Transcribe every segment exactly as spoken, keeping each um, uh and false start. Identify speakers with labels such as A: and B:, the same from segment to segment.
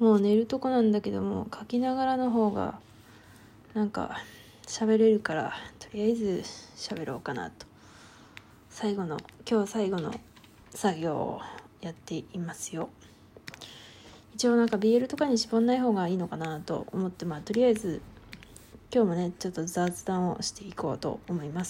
A: もう寝るとこなんだけども、書きながらの方がなんか喋れるから、とりあえず喋ろうかなと、最後の今日最後の作業をやっていますよ。一応なんか ビーエル とかに絞んない方がいいのかなと思って、まあとりあえず今日もねちょっと雑談をしていこうと思います、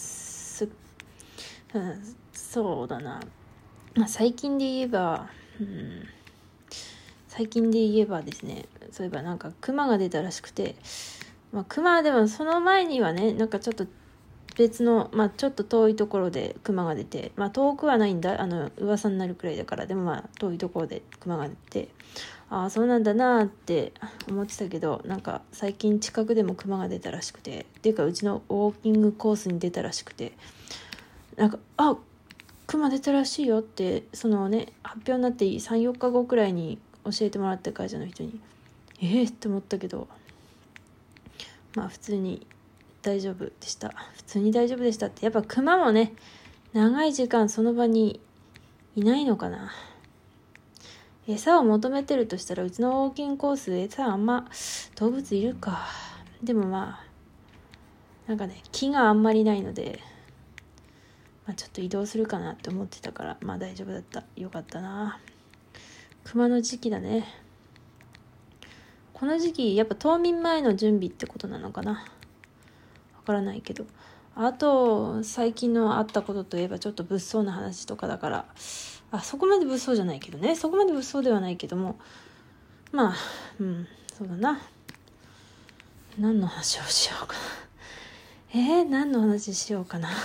A: うん、そうだな、まあ、最近で言えば、うん、最近で言えばですね、そういえばなんかクマが出たらしくて、まあ、クマでもその前にはね、なんかちょっと別の、まあ、ちょっと遠いところでクマが出て、まあ、遠くはないんだ、あの噂になるくらいだから、でもまあ遠いところでクマが出て、ああそうなんだなって思ってたけど、なんか最近近くでもクマが出たらしくて、っていうかうちのウォーキングコースに出たらしくて、なんかあクマ出たらしいよってそのね発表になって さんよっかごくらいに教えてもらった会社の人に、えーって思ったけど、まあ普通に大丈夫でした。普通に大丈夫でしたって、やっぱクマもね長い時間その場にいないのかな。餌を求めてるとしたら、うちのウォーキングコース餌あんま動物いるか。でもまあなんかね木があんまりないので、まあ、ちょっと移動するかなって思ってたから、まあ大丈夫だった。よかったな。熊の時期だね。この時期やっぱ冬眠前の準備ってことなのかな、わからないけど。あと最近のあったことといえばちょっと物騒な話とかだから、あそこまで物騒じゃないけどね、そこまで物騒ではないけども、まあうんそうだな。何の話をしようかな。えー、何の話しようかな。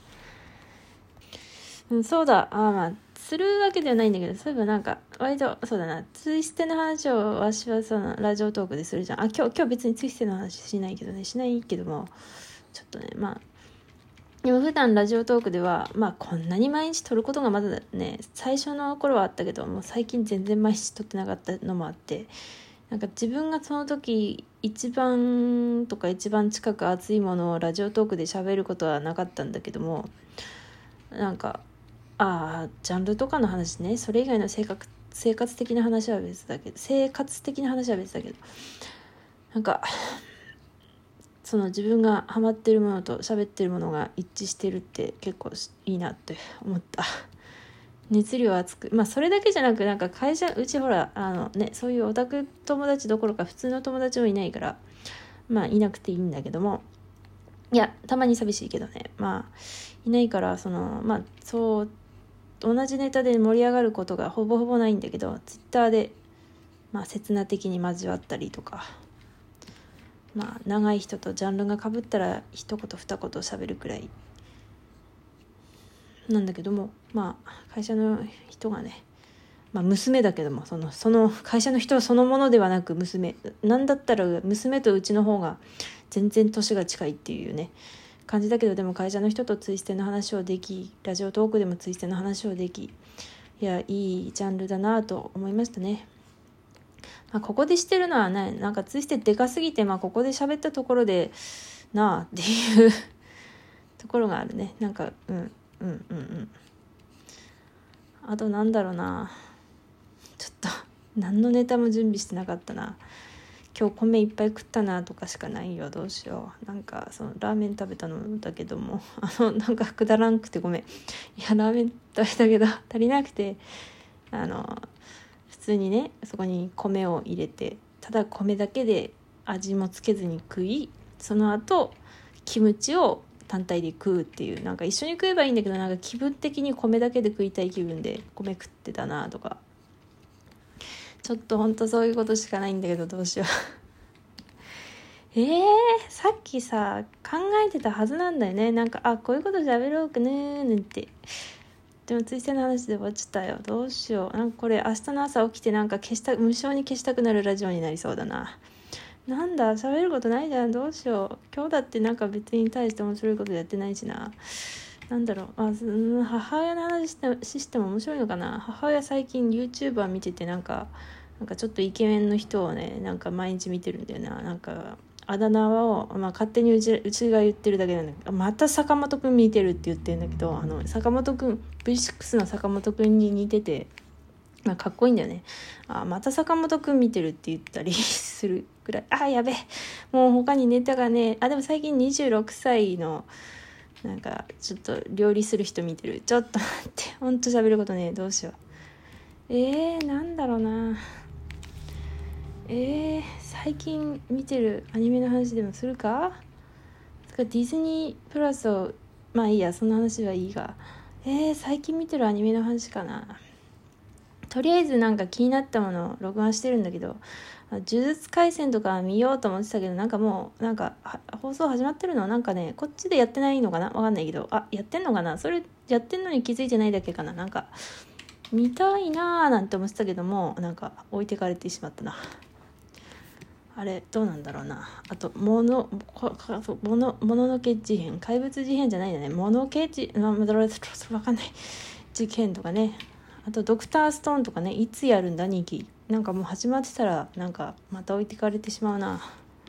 A: うん、そうだ。あまあするわけではないんだけど、そういえばなんか割とそうだな、ツイステの話をわしはそのラジオトークでするじゃん。あ今日今日別にツイステの話しないけどね、しないけども、ちょっとねまあでも普段ラジオトークではまあこんなに毎日撮ることがまだね、最初の頃はあったけど、もう最近全然毎日撮ってなかったのもあって、なんか自分がその時一番とか一番近く熱いものをラジオトークで喋ることはなかったんだけども、なんかああジャンルとかの話ね、それ以外の生活生活的な話は別だけど生活的な話は別だけどなんかその自分がハマってるものと喋ってるものが一致してるって結構いいなって思った。熱量熱く、まあそれだけじゃなく、なんか会社うちほらあのねそういうオタク友達どころか普通の友達もいないから、まあいなくていいんだけども、いやたまに寂しいけどね、まあいないから、そのまあそう同じネタで盛り上がることがほぼほぼないんだけど、ツイッターでまあ刹那的に交わったりとか、まあ長い人とジャンルが被ったら一言二言喋るくらいなんだけども、まあ会社の人がね、まあ娘だけども、そのその会社の人そのものではなく娘なんだったら、娘とうちの方が全然年が近いっていうね感じだけど、でも会社の人とツイステの話をでき、ラジオトークでもツイステの話をでき、いやいいジャンルだなと思いましたね。まあ、ここでしてるのはね、なんかツイステでかすぎて、まあここで喋ったところでなあっていうところがあるね。なんかうんうんうんうんあとなんだろうな、ちょっと何のネタも準備してなかったな。今日米いっぱい食ったなとかしかないよ。どうしよう。なんかそのラーメン食べたのだけども、あのなんかくだらんくてごめん。いやラーメン食べたけど足りなくて、あの普通にねそこに米を入れて、ただ米だけで味もつけずに食い、その後キムチを単体で食うっていう、なんか一緒に食えばいいんだけど、なんか気分的に米だけで食いたい気分で米食ってたなとか、ちょっとほんとそういうことしかないんだけど、どうしようえー、さっきさ考えてたはずなんだよね。なんかあこういうこと喋ろうかねーって、でもツイステの話で終わっちゃったよ。どうしよう。なんかこれ明日の朝起きてなんか消した無性に消したくなるラジオになりそうだな。なんだ喋ることないじゃん。どうしよう。今日だってなんか別に対して面白いことやってないしな。なんだろう、あ母親の話してしても面白いのかな。母親最近 YouTuber 見てて、なんかなんかちょっとイケメンの人をねなんか毎日見てるんだよな。なんかあだ名を、まあ、勝手にうち、うちが言ってるだけなんだけど、また坂本くん見てるって言ってるんだけど、あの坂本くん ブイシックス の坂本くんに似てて、 まあ、かっこいいんだよね。あ、また坂本くん見てるって言ったりするぐらい。あ、やべえ、もう他にネタがね。あ、でも最近にじゅうろくさいのなんかちょっと料理する人見てる。ちょっと待って、ほんと喋ることね、どうしよう。えー、なんだろうな。えー、最近見てるアニメの話でもするか。ディズニープラスを、まあいいや、その話はいいが。えー、最近見てるアニメの話かな。とりあえずなんか気になったものを録画してるんだけど、呪術廻戦とか見ようと思ってたけど、なんかもうなんか放送始まってるのなんかね、こっちでやってないのかな、わかんないけど、あ、やってんのかな、それやってんのに気づいてないだけかな。なんか見たいなーなんて思ってたけども、なんか置いてかれてしまったな。あれどうなんだろうな。あとものものもののけ事変、怪物事変じゃないんだね、ものけ事、わかんない事件とかね。あとドクターストーンとかね、いつやるんだにき。なんかもう始まってたらなんかまた置いてかれてしまうな。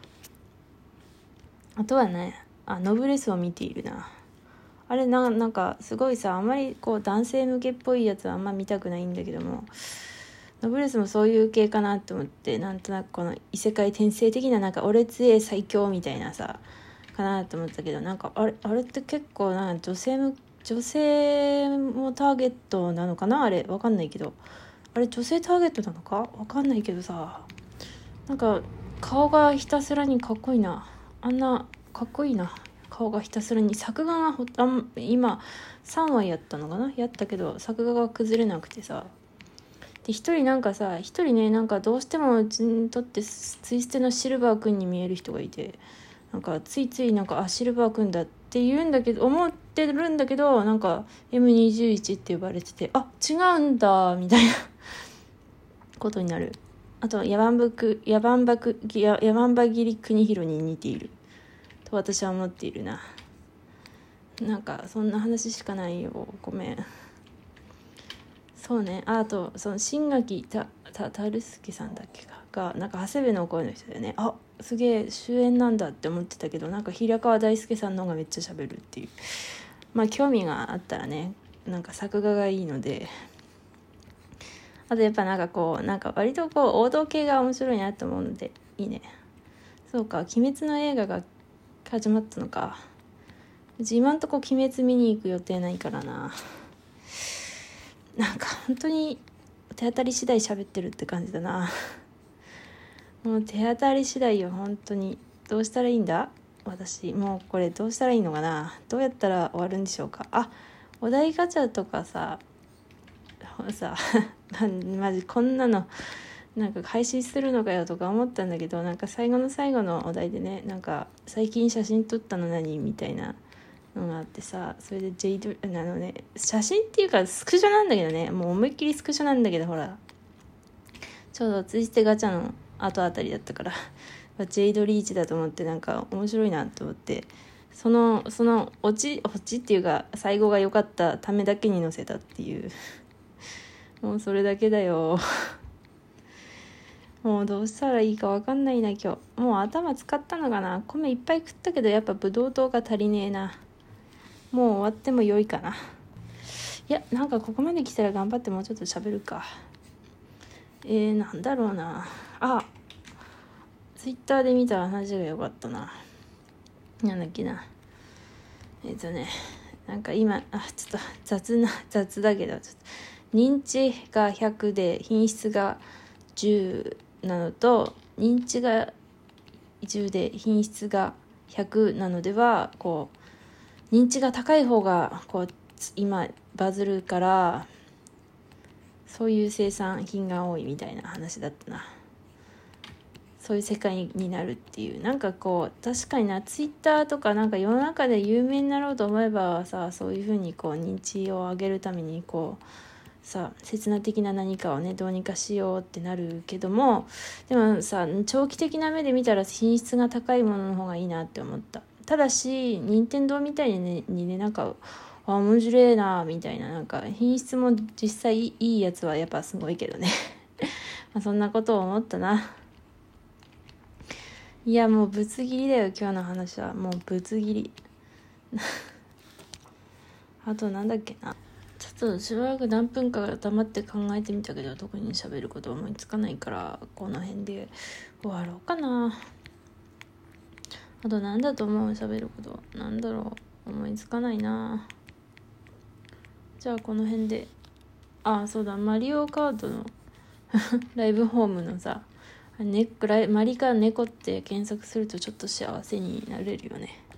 A: あとはね、あ、ノブレスを見ているな。あれ な, なんかすごいさ、あんまりこう男性向けっぽいやつはあんま見たくないんだけども、ノブレスもそういう系かなって思って、なんとなくこの異世界転生的な、なんか俺強え最強みたいなさかなと思ったけど、なんかあれあれって結構なんか女性向女性もターゲットなのかな、あれわかんないけど、あれ女性ターゲットなのかわかんないけどさ、なんか顔がひたすらにかっこいいな。あんなかっこいいな顔がひたすらに。作画がほあん今さんわやったのかな、やったけど作画が崩れなくてさ、で一人なんかさ一人ね、なんかどうしてもうちにとってツイステのシルバーくんに見える人がいて、なんかついついなんかあシルバーくんだって言うんだけど、思ってるんだけど、なんか エムにじゅういち って呼ばれてて、あ違うんだみたいなことになる。あとヤバンバクヤバンバクヤヤバンバギリ国広に似ていると私は思っているな。なんかそんな話しかないよ、ごめん。そうね、あとその新垣たたたるすけさんだっけかが、なんか長谷部の声の人でね、あすげえ主演なんだって思ってたけど、なんか平川大輔さんの方がめっちゃ喋るっていう。まあ興味があったらね、なんか作画がいいので。あとやっぱなんかこうなんか割とこう王道系が面白いなと思うのでいいね。そうか、鬼滅の映画が始まったのか。うち今んとこ鬼滅見に行く予定ないからな。なんか本当に手当たり次第喋ってるって感じだな。もう手当たり次第よ、本当に。どうしたらいいんだ私、もうこれどうしたらいいのかな、どうやったら終わるんでしょうか。あ、お題ガチャとかささマジこんなのなんか配信するのかよとか思ったんだけど、なんか最後の最後のお題でね、なんか最近写真撮ったの何みたいなのがあってさ、それでジェイドあのね、写真っていうかスクショなんだけどね、もう思いっきりスクショなんだけど、ほらちょうどツイステガチャの後あたりだったからジェイドリーチだと思って、なんか面白いなと思って、そのそのオチオチっていうか最後が良かったためだけに載せたっていうもうそれだけだよもうどうしたらいいか分かんないな今日。もう頭使ったのかな。米いっぱい食ったけどやっぱブドウ糖が足りねえな。もう終わっても良いかな。いやなんかここまで来たら頑張ってもうちょっと喋るか。えー、なんだろうなあ、ツイッターで見た話が良かったな。なんだっけな、えっ、ー、とねなんか今あちょっと雑な雑だけど、ちょっと認知がひゃくで品質がじゅうなのと、認知がじゅうで品質がひゃくなのでは、こう認知が高い方がこう今バズるから、そういう生産品が多いみたいな話だったな。そういう世界になるっていう。なんかこう確かにな、ツイッターとかなんか世の中で有名になろうと思えばさ、そういう風にこう認知を上げるためにこうさ、刹那的な何かをねどうにかしようってなるけども、でもさ長期的な目で見たら品質が高いものの方がいいなって思った。ただし任天堂みたいにね、にねなんかあ面白いなみたいな、なんか品質も実際いいやつはやっぱすごいけどねまあそんなことを思ったな。いやもうぶつ切りだよ今日の話は。もうぶつ切りあとなんだっけな、 ちょっとしばらく何分か黙って考えてみたけど、特に喋ること思いつかないから、この辺で終わろうかな。あとなんだと思う？喋ることなんだろう、思いつかないな。じゃあこの辺で、あ、そうだ、マリオカートのライブホームのさ、ね、マリカ猫って検索するとちょっと幸せになれるよね。